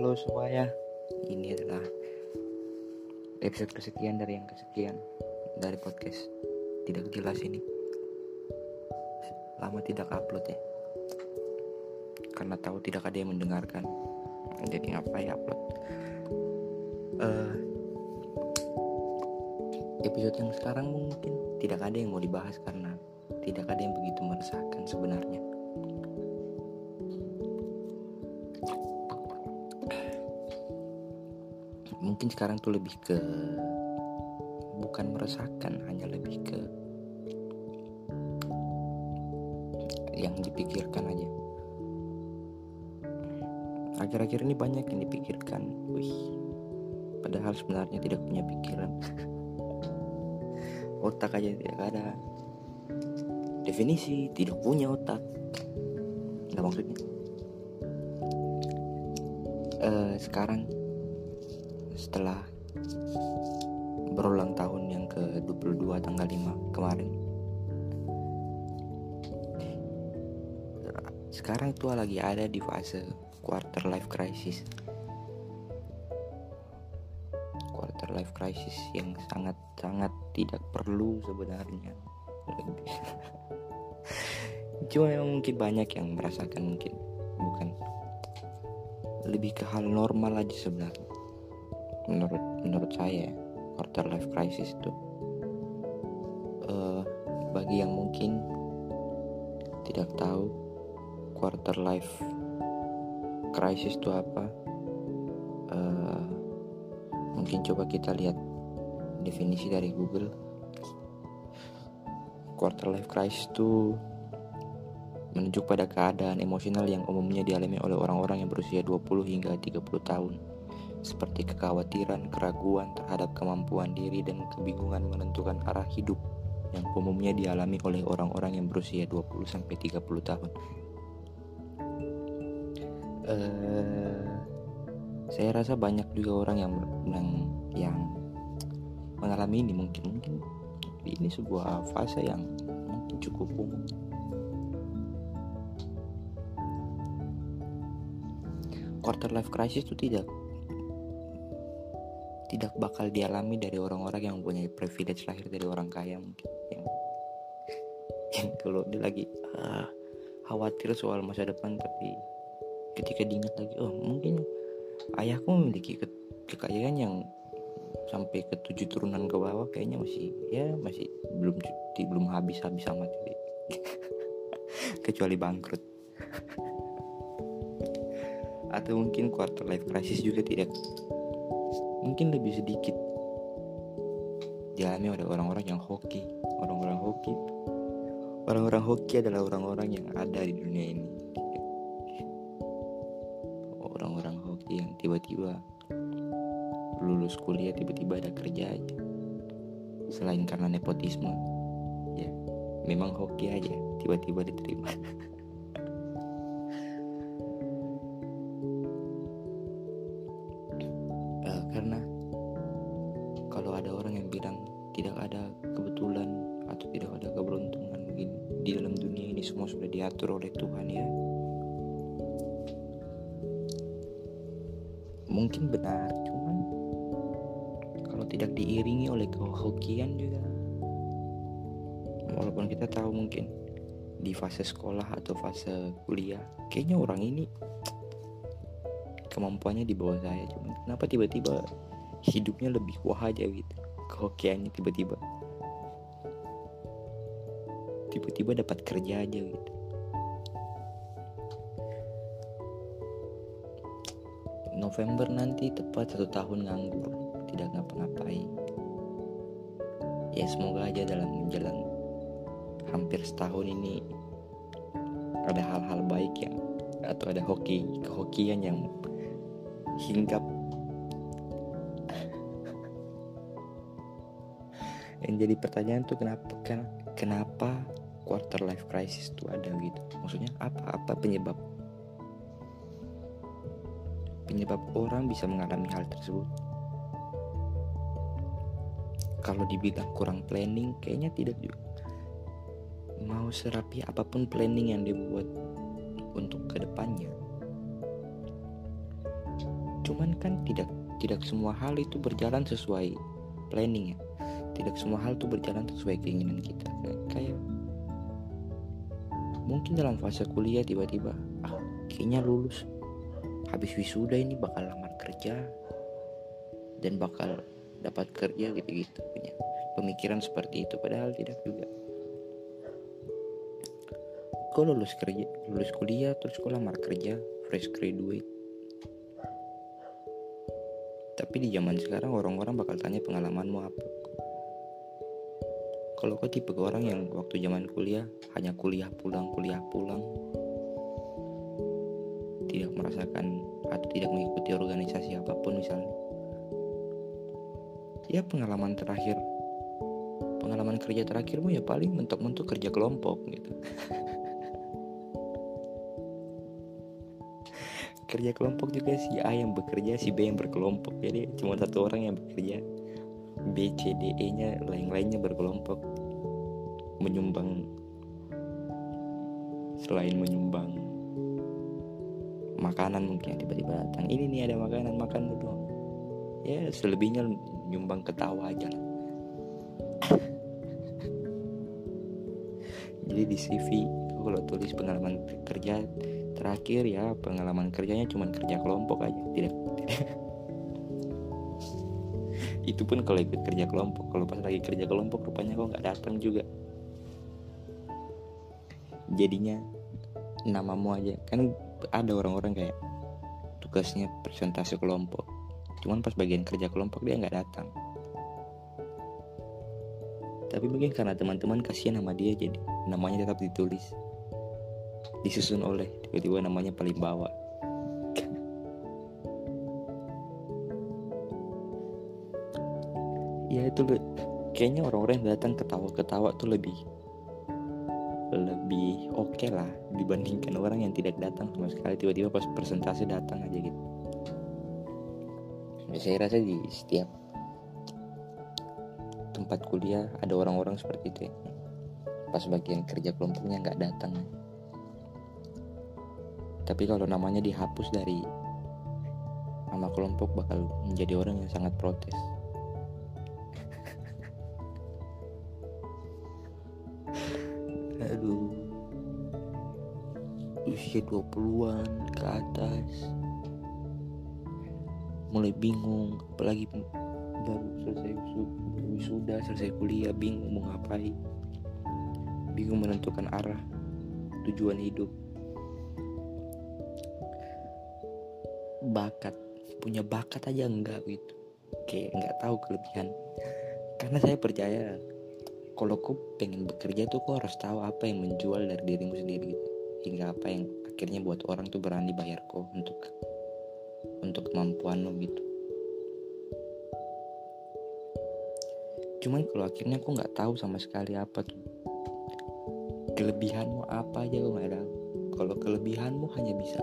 Halo semuanya, ini adalah episode kesekian dari yang kesekian dari podcast Tidak Jelas ini. Lama tidak upload ya, karena tahu tidak ada yang mendengarkan. Jadi ngapain upload. Episode yang sekarang mungkin tidak ada yang mau dibahas karena tidak ada yang begitu meresahkan sebenarnya. Mungkin sekarang tuh lebih ke bukan meresahkan, hanya lebih ke yang dipikirkan aja. Akhir-akhir ini banyak yang dipikirkan. Padahal sebenarnya tidak punya pikiran. Otak aja tidak ada. Definisi tidak punya otak. Nggak maksudnya. Sekarang setelah berulang tahun yang ke-22 tanggal 5 kemarin, sekarang tuh lagi ada di fase quarter life crisis yang sangat tidak perlu sebenarnya. Cuma memang mungkin banyak yang merasakan, mungkin bukan, lebih ke hal normal aja sebenarnya. Menurut saya quarter life crisis itu bagi yang mungkin tidak tahu quarter life crisis itu apa, mungkin coba kita lihat definisi dari Google. Quarter life crisis itu menunjuk pada keadaan emosional yang umumnya dialami oleh orang-orang yang berusia 20 hingga 30 tahun, seperti kekhawatiran, keraguan terhadap kemampuan diri, dan kebingungan menentukan arah hidup yang umumnya dialami oleh orang-orang yang berusia 20-30 tahun. Saya rasa banyak juga orang yang mengalami ini. Mungkin ini sebuah fase yang mungkin cukup umum. Quarter life crisis itu tidak bakal dialami dari orang-orang yang punya privilege lahir dari orang kaya, mungkin yang kalau dia lagi khawatir soal masa depan, tapi ketika diingat lagi, mungkin ayahku memiliki kekayaan yang sampai ke 7 turunan ke bawah, kayaknya masih belum habis amat kecuali bangkrut. Atau mungkin quarter life crisis juga mungkin lebih sedikit dialami oleh orang-orang yang hoki. Orang-orang hoki adalah orang-orang yang ada di dunia ini. Orang-orang hoki yang tiba-tiba lulus kuliah, tiba-tiba ada kerja aja. Selain karena nepotisme, ya memang hoki aja, tiba-tiba diterima. Karena kalau ada orang yang bilang tidak ada kebetulan atau tidak ada keberuntungan, mungkin di dalam dunia ini semua sudah diatur oleh Tuhan, ya mungkin benar. Cuman kalau tidak diiringi oleh kehokian juga, walaupun kita tahu mungkin di fase sekolah atau fase kuliah kayaknya orang ini kemampuannya di bawah saya, cuman kenapa tiba-tiba hidupnya lebih wah aja gitu, kehokiannya tiba-tiba dapat kerja aja gitu. November nanti tepat 1 tahun nganggur, tidak ngapa-ngapain. Ya semoga aja dalam menjelang hampir setahun ini ada hal-hal baik atau ada kehokian yang hinggap. Yang jadi pertanyaan tuh kenapa quarter life crisis itu ada gitu? Maksudnya apa penyebab orang bisa mengalami hal tersebut? Kalau dibilang kurang planning, kayaknya tidak juga. Mau serapi apapun planning yang dibuat untuk kedepannya, Cuman kan tidak semua hal itu berjalan sesuai planning ya. Tidak semua hal itu berjalan sesuai keinginan kita. Kayak mungkin dalam fase kuliah tiba-tiba kayaknya lulus, habis wisuda ini bakal lamar kerja dan bakal dapat kerja gitu-gitu, punya pemikiran seperti itu, padahal tidak juga. Kau lulus kuliah terus kau lamar kerja fresh graduate. Tapi di zaman sekarang orang-orang bakal tanya pengalamanmu apa. Kalau kau tipe orang yang waktu zaman kuliah hanya kuliah pulang, tidak merasakan atau tidak mengikuti organisasi apapun misalnya, ya pengalaman kerja terakhirmu ya paling mentok-mentok kerja kelompok gitu. Kerja kelompok juga si A yang bekerja, si B yang berkelompok, jadi cuma satu orang yang bekerja, B, C, D, E nya lain-lainnya berkelompok menyumbang. Selain menyumbang makanan mungkin tiba-tiba datang, ini nih ada makanan, makan dulu. Ya selebihnya nyumbang ketawa aja lah. Jadi di CV kalau tulis pengalaman kerja terakhir, ya pengalaman kerjanya cuma kerja kelompok aja, tidak. Itu pun kalau ikut kerja kelompok. Kalau pas lagi kerja kelompok rupanya kok nggak datang juga. Jadinya namamu aja. Kan ada orang-orang kayak tugasnya presentasi kelompok, cuman pas bagian kerja kelompok dia nggak datang. Tapi mungkin karena teman-teman kasihan sama dia, jadi namanya tetap ditulis, disusun oleh, tiba-tiba namanya paling bawah. Ya itu kayaknya orang-orang yang datang ketawa-ketawa tuh lebih oke lah dibandingkan orang yang tidak datang sama sekali, tiba-tiba pas presentasi datang aja gitu. Saya rasa di setiap tempat kuliah ada orang-orang seperti itu ya. Pas bagian kerja kelompoknya nggak datang. Tapi kalau namanya dihapus dari nama kelompok bakal menjadi orang yang sangat protes. Aduh, usia 20-an ke atas mulai bingung, apalagi baru selesai wisuda, selesai kuliah, bingung mau ngapain, bingung menentukan arah tujuan hidup. Punya bakat aja enggak gitu, kayak enggak tahu kelebihan. Karena saya percaya kalau kau pengen bekerja tuh kau harus tahu apa yang menjual dari dirimu sendiri gitu. Hingga apa yang akhirnya buat orang tuh berani bayar kau untuk kemampuanmu gitu. Cuman kalau akhirnya kau nggak tahu sama sekali apa tuh kelebihanmu, apa aja kau nggak tahu. Kalau kelebihanmu hanya bisa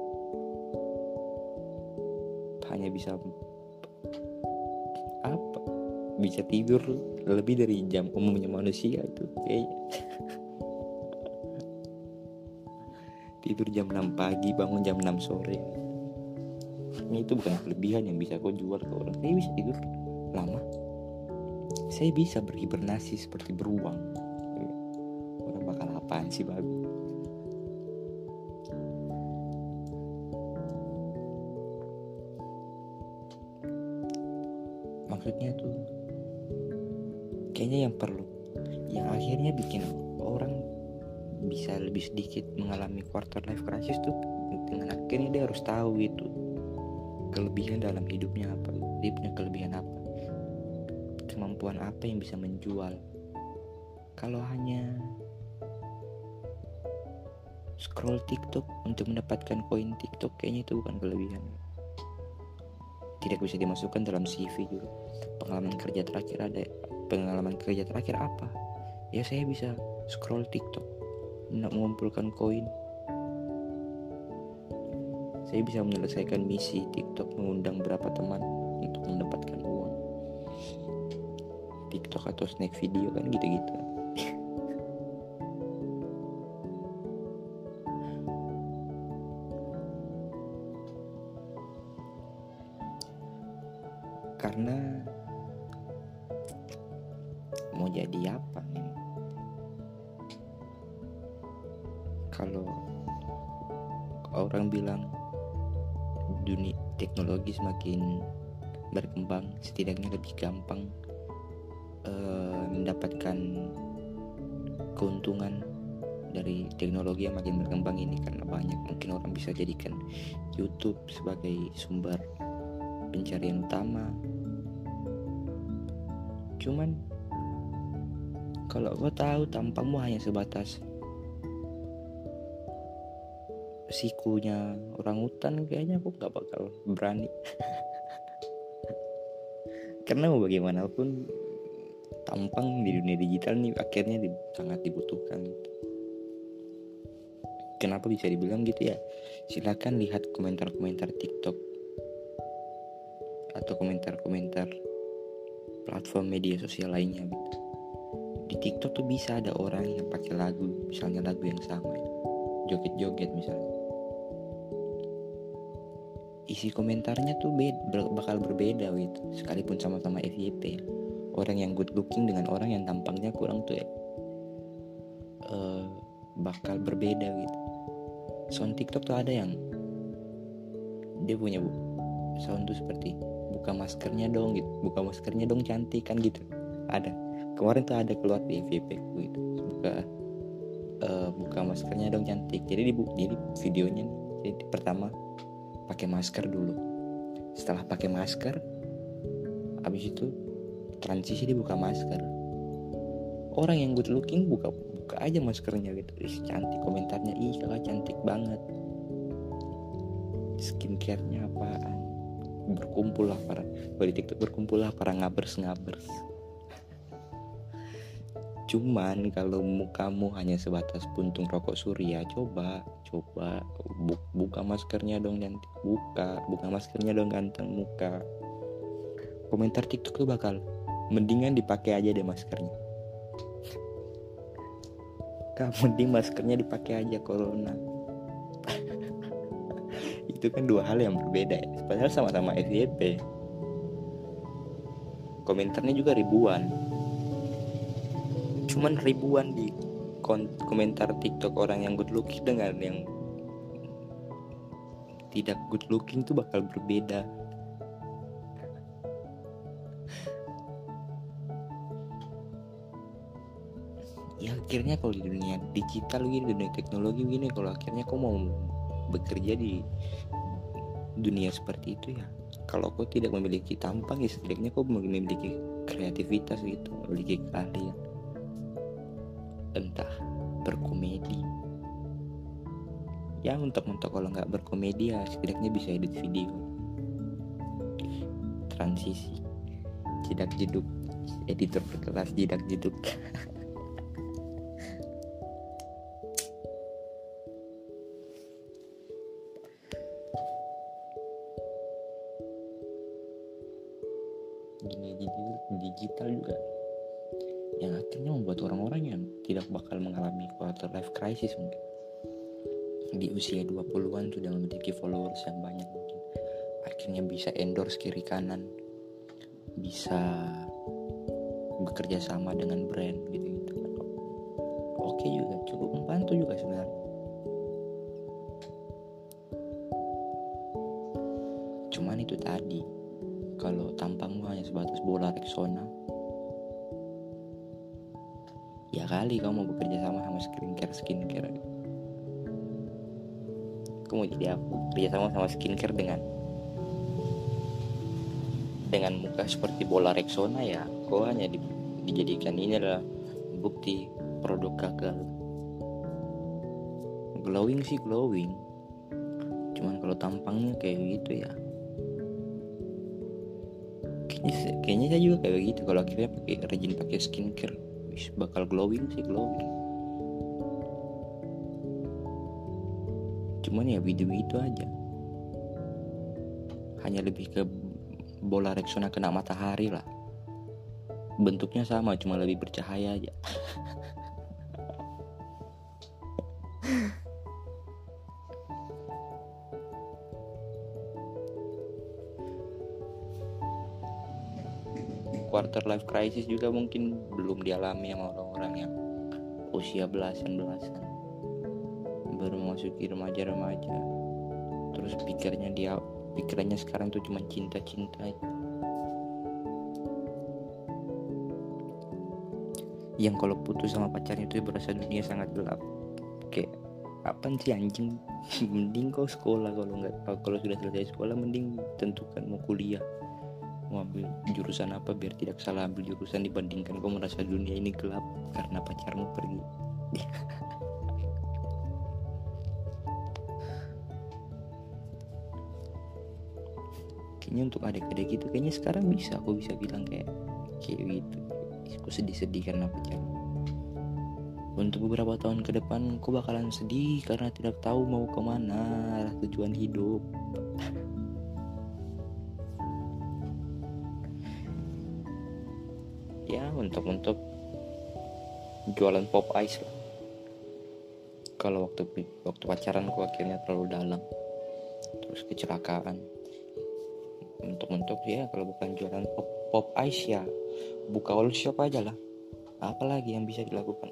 apa? Bisa tidur lebih dari jam umumnya manusia itu kayaknya. Tidur jam 6 pagi, bangun jam 6 sore. Ini itu bukan kelebihan yang bisa kau jual ke orang. Saya bisa tidur lama, saya bisa berhibernasi seperti beruang. Orang bakal apaan sih babi? Maksudnya tuh kayaknya yang akhirnya bikin orang bisa lebih sedikit mengalami quarter life crisis tuh, dengan akhirnya dia harus tahu itu kelebihan dalam hidupnya apa, dia punya kelebihan apa, kemampuan apa yang bisa menjual. Kalau hanya scroll TikTok untuk mendapatkan koin TikTok, kayaknya itu bukan kelebihan, tidak bisa dimasukkan dalam CV juga. Pengalaman kerja terakhir apa? Ya saya bisa scroll TikTok mengumpulkan koin. Saya bisa menyelesaikan misi TikTok, mengundang berapa teman untuk mendapatkan uang. TikTok atau snack video kan gitu-gitu. Karena mau jadi apa nih? Kalau orang bilang dunia teknologi semakin berkembang, setidaknya lebih gampang mendapatkan keuntungan dari teknologi yang makin berkembang ini, karena banyak mungkin orang bisa jadikan YouTube sebagai sumber pencarian utama. Cuman kalau kau tahu tampangmu hanya sebatas sikunya orang hutan, kayaknya aku gak bakal berani. Karena mau bagaimanapun tampang di dunia digital nih akhirnya sangat dibutuhkan. Kenapa bisa dibilang gitu ya? Silakan lihat komentar-komentar TikTok atau komentar-komentar platform media sosial lainnya gitu. Di TikTok tuh bisa ada orang yang pakai lagu, misalnya lagu yang sama, joget-joget misalnya. Isi komentarnya tuh bakal berbeda gitu, sekalipun sama-sama FYP. Orang yang good looking dengan orang yang tampangnya kurang tuh bakal berbeda gitu. Sound TikTok tuh ada yang dia punya sound tuh seperti buka maskernya dong gitu, buka maskernya dong cantik kan gitu. Ada kemarin tuh ada keluar di FYP gitu, buka maskernya dong cantik. Jadi di videonya jadi pertama pakai masker dulu, setelah pakai masker habis itu transisi dibuka masker. Orang yang good looking buka aja maskernya gitu. Cantik, komentarnya ih kakak cantik banget, skincare-nya apaan. Berkumpul lah para di TikTok, berkumpul lah para ngabers. Cuman kalau mukamu hanya sebatas puntung rokok surya, coba buka maskernya dong cantik, buka maskernya dong ganteng muka. Komentar TikTok tuh bakal mendingan dipakai aja deh maskernya. Mending maskernya dipakai aja, corona. Itu kan dua hal yang berbeda ya. Padahal sama-sama FYP. Komentarnya juga ribuan. Cuman ribuan di komentar TikTok orang yang good looking dengan yang tidak good looking tuh bakal berbeda. Ya akhirnya kalau di dunia digital gini, dunia teknologi gini, kalau akhirnya kau mau bekerja di dunia seperti itu ya, kalau kau tidak memiliki tampang ya setidaknya kau memiliki kreativitas gitu, memiliki keahlian, entah berkomedi ya, mentok-mentok kalau nggak berkomedi ya setidaknya bisa edit video, transisi, jidak jeduk, editor berkelas jidak jeduk. Dunia digital juga yang akhirnya membuat orang-orang yang tidak bakal mengalami quarter life crisis mungkin di usia 20-an sudah memiliki followers yang banyak, mungkin akhirnya bisa endorse kiri kanan, bisa bekerja sama dengan brand gitu kan. Oke juga, cukup membantu juga sebenarnya. Cuman itu tadi, kalau tampangmu hanya sebatas bola Rexona, ya kali kamu mau bekerja sama skincare. Kamu mau jadi apa? Bekerja sama skincare dengan muka seperti bola Rexona, ya kau hanya dijadikan ini adalah bukti produk gagal. Glowing sih glowing, cuman kalau tampangnya kayak gitu ya, kayaknya saya juga kayak gitu. Kalau akhirnya rajin pakai skincare, bakal glowing sih glowing. Cuman ya gitu aja, hanya lebih ke bola Rexona kena matahari lah. Bentuknya sama, cuma lebih bercahaya aja. quarter life crisis juga mungkin belum dialami sama orang-orang yang usia belasan baru memasuki remaja, terus pikirannya sekarang tuh cuma cinta yang kalau putus sama pacarnya itu berasa dunia sangat gelap. Kayak apaan sih anjing? Mending kau sekolah, kalau sudah selesai sekolah mending tentukan mau kuliah, mau ambil jurusan apa biar tidak salah ambil jurusan, dibandingkan kau merasa dunia ini gelap karena pacarmu pergi. Kayaknya untuk adik-adik gitu kayaknya sekarang aku bisa bilang kayak gitu. Aku sedih karena pacar. Untuk beberapa tahun ke depan aku bakalan sedih karena tidak tahu mau kemana arah tujuan hidup. Ya untuk jualan pop ice lah. Kalau waktu pacaran aku akhirnya terlalu dalam, terus kecelakaan. Untuk ya kalau bukan jualan pop ice ya buka all shop aja lah. Apalagi yang bisa dilakukan?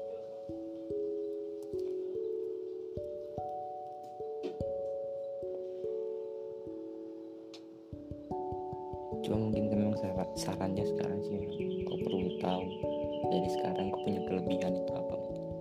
Cuma mungkin memang sarannya sekarang sih kau perlu tahu dari sekarang kau punya kelebihan itu apa.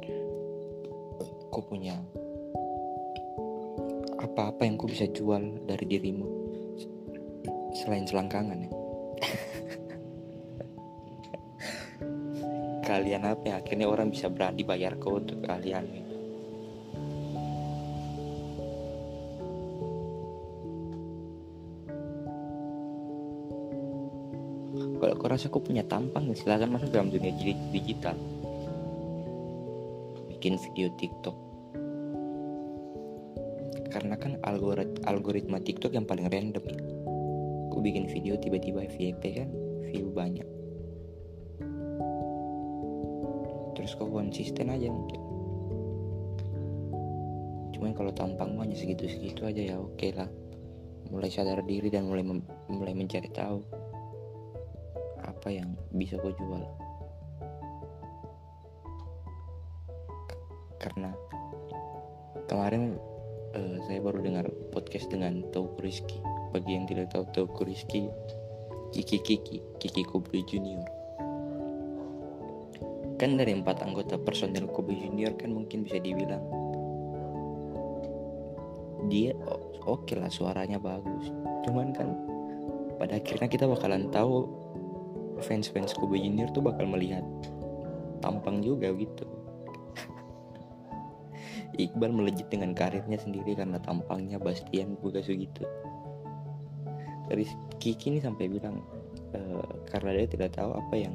Kau punya apa yang kau bisa jual dari dirimu selain selangkangan ya. Kalian apa yang akhirnya orang bisa berani bayar kau untuk kalian gitu. Kalau kau rasa kau punya tampang, silakan masuk dalam dunia digital, bikin video TikTok. Karena kan algoritma TikTok yang paling random ya. Kau bikin video tiba-tiba FYP kan view banyak. Terus kau konsisten aja mungkin. Cuman kalau tampangmu hanya segitu-segitu aja ya oke lah. Mulai sadar diri dan mulai mencari tahu apa yang bisa kau jual. Karena kemarin saya baru dengar podcast dengan Teuku Rizky. Bagi yang tidak tahu Teuku Rizky, Kiki Kobe Junior. Kan dari 4 anggota personel Kobe Junior kan mungkin bisa dibilang dia oke lah, suaranya bagus. Cuman kan pada akhirnya kita bakalan tahu fans Kobe Junior tuh bakal melihat tampang juga gitu. Iqbal melejit dengan karirnya sendiri karena tampangnya, Bastian juga segitu. Dari Kiki ini sampai bilang karena dia tidak tahu apa yang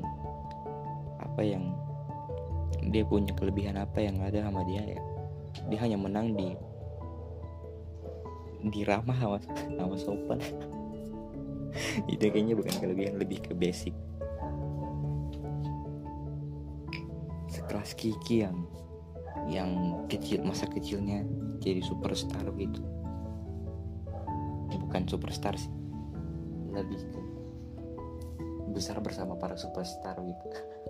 dia punya kelebihan apa yang ada sama dia ya. Dia hanya menang di ramah sama sopan. Itu kayaknya bukan kelebihan, lebih ke basic. Sekelas Kiki yang kecil, masa kecilnya jadi superstar gitu. Bukan superstar sih, lebih ke besar bersama para superstar gitu.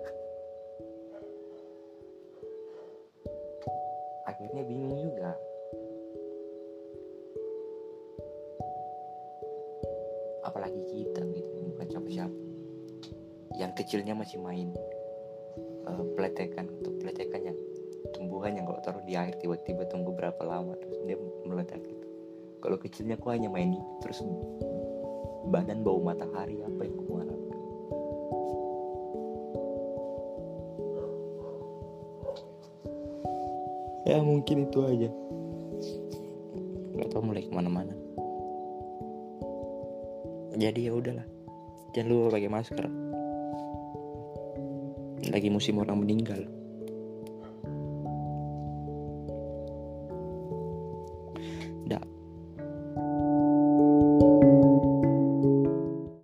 Akhirnya bingung juga. Apalagi kita gitu, bukan siapa-siapa. Yang kecilnya masih main peletekan yang tumbuhan yang kalau taruh di air tiba-tiba tunggu berapa lama terus dia meledak gitu. Kalau kecilnya aku hanya main itu terus badan bau matahari, apa yang aku harapkan. Ya mungkin itu aja. Gak tau mulai kemana-mana. Jadi ya udahlah, jangan lupa pakai masker. Lagi musim orang meninggal.